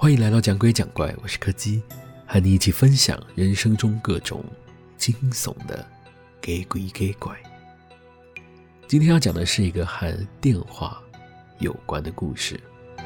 欢迎来到讲鬼讲怪，我是柯基，和你一起分享人生中各种惊悚的给鬼给怪。今天要讲的是一个和电话有关的故事。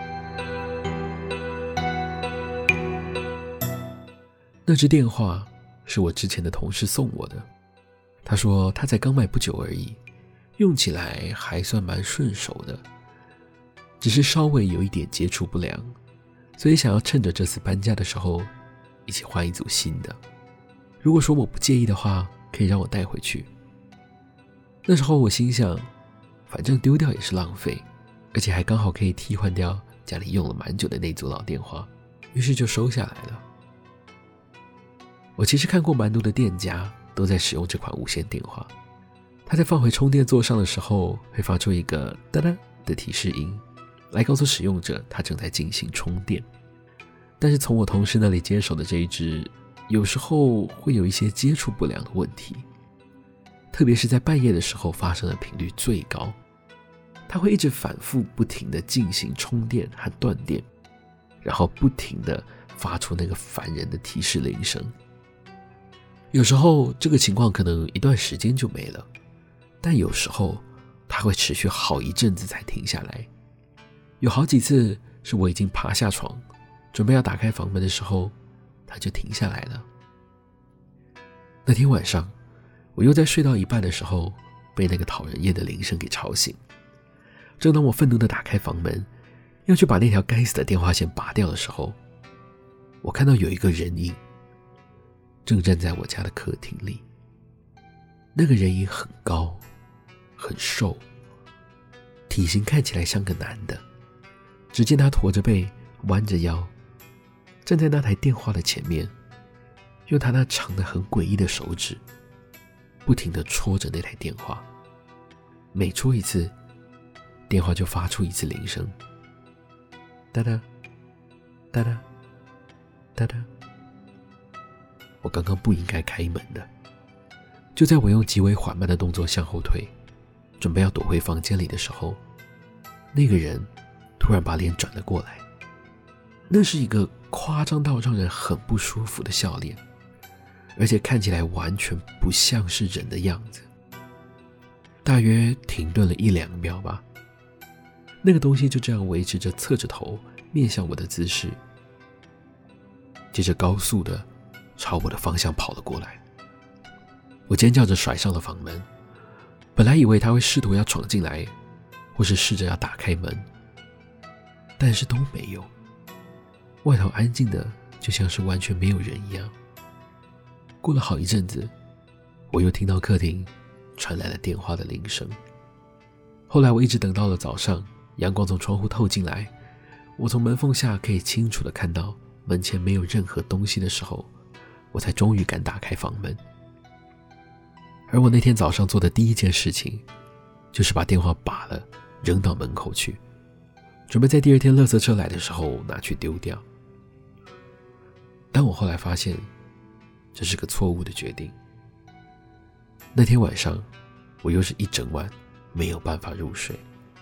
那只电话是我之前的同事送我的，他说他才刚买不久而已，用起来还算蛮顺手的，只是稍微有一点接触不良，所以想要趁着这次搬家的时候一起换一组新的。如果说我不介意的话，可以让我带回去。那时候我心想，反正丢掉也是浪费，而且还刚好可以替换掉家里用了蛮久的那组老电话，于是就收下来了。我其实看过蛮多的店家都在使用这款无线电话，它在放回充电座上的时候会发出一个哒哒的提示音，来告诉使用者它正在进行充电。但是从我同事那里接手的这一支，有时候会有一些接触不良的问题，特别是在半夜的时候发生的频率最高，它会一直反复不停地进行充电和断电，然后不停地发出那个烦人的提示铃声。有时候这个情况可能一段时间就没了，但有时候它会持续好一阵子才停下来。有好几次是我已经爬下床准备要打开房门的时候，它就停下来了。那天晚上我又在睡到一半的时候被那个讨人厌的铃声给吵醒。正当我愤怒地打开房门要去把那条该死的电话线拔掉的时候，我看到有一个人影正站在我家的客厅里。那个人影很高很瘦，体型看起来像个男的。只见他驼着背弯着腰站在那台电话的前面，用他那长得很诡异的手指不停地戳着那台电话，每戳一次电话就发出一次铃声，哒哒哒哒哒哒。我刚刚不应该开门的。就在我用极为缓慢的动作向后退，准备要躲回房间里的时候，那个人突然把脸转了过来。那是一个夸张到让人很不舒服的笑脸，而且看起来完全不像是人的样子。大约停顿了1-2秒吧，那个东西就这样维持着侧着头面向我的姿势，接着高速的朝我的方向跑了过来。我尖叫着甩上了房门，本来以为他会试图要闯进来，或是试着要打开门，但是都没有。外头安静的就像是完全没有人一样。过了好一阵子，我又听到客厅传来了电话的铃声。后来我一直等到了早上，阳光从窗户透进来，我从门缝下可以清楚地看到门前没有任何东西的时候，我才终于敢打开房门。而我那天早上做的第一件事情，就是把电话拔了扔到门口去，准备在第二天垃圾车来的时候拿去丢掉。但我后来发现这是个错误的决定。那天晚上我又是一整晚没有办法入睡。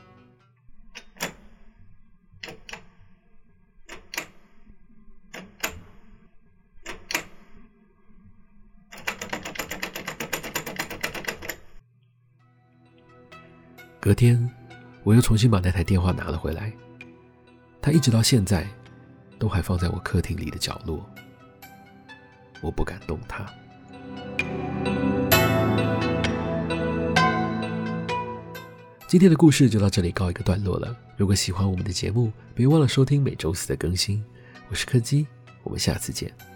隔天我又重新把那台电话拿了回来，它一直到现在都还放在我客厅里的角落，我不敢动它。今天的故事就到这里告一个段落了。如果喜欢我们的节目，别忘了收听每周四的更新。我是柯基，我们下次见。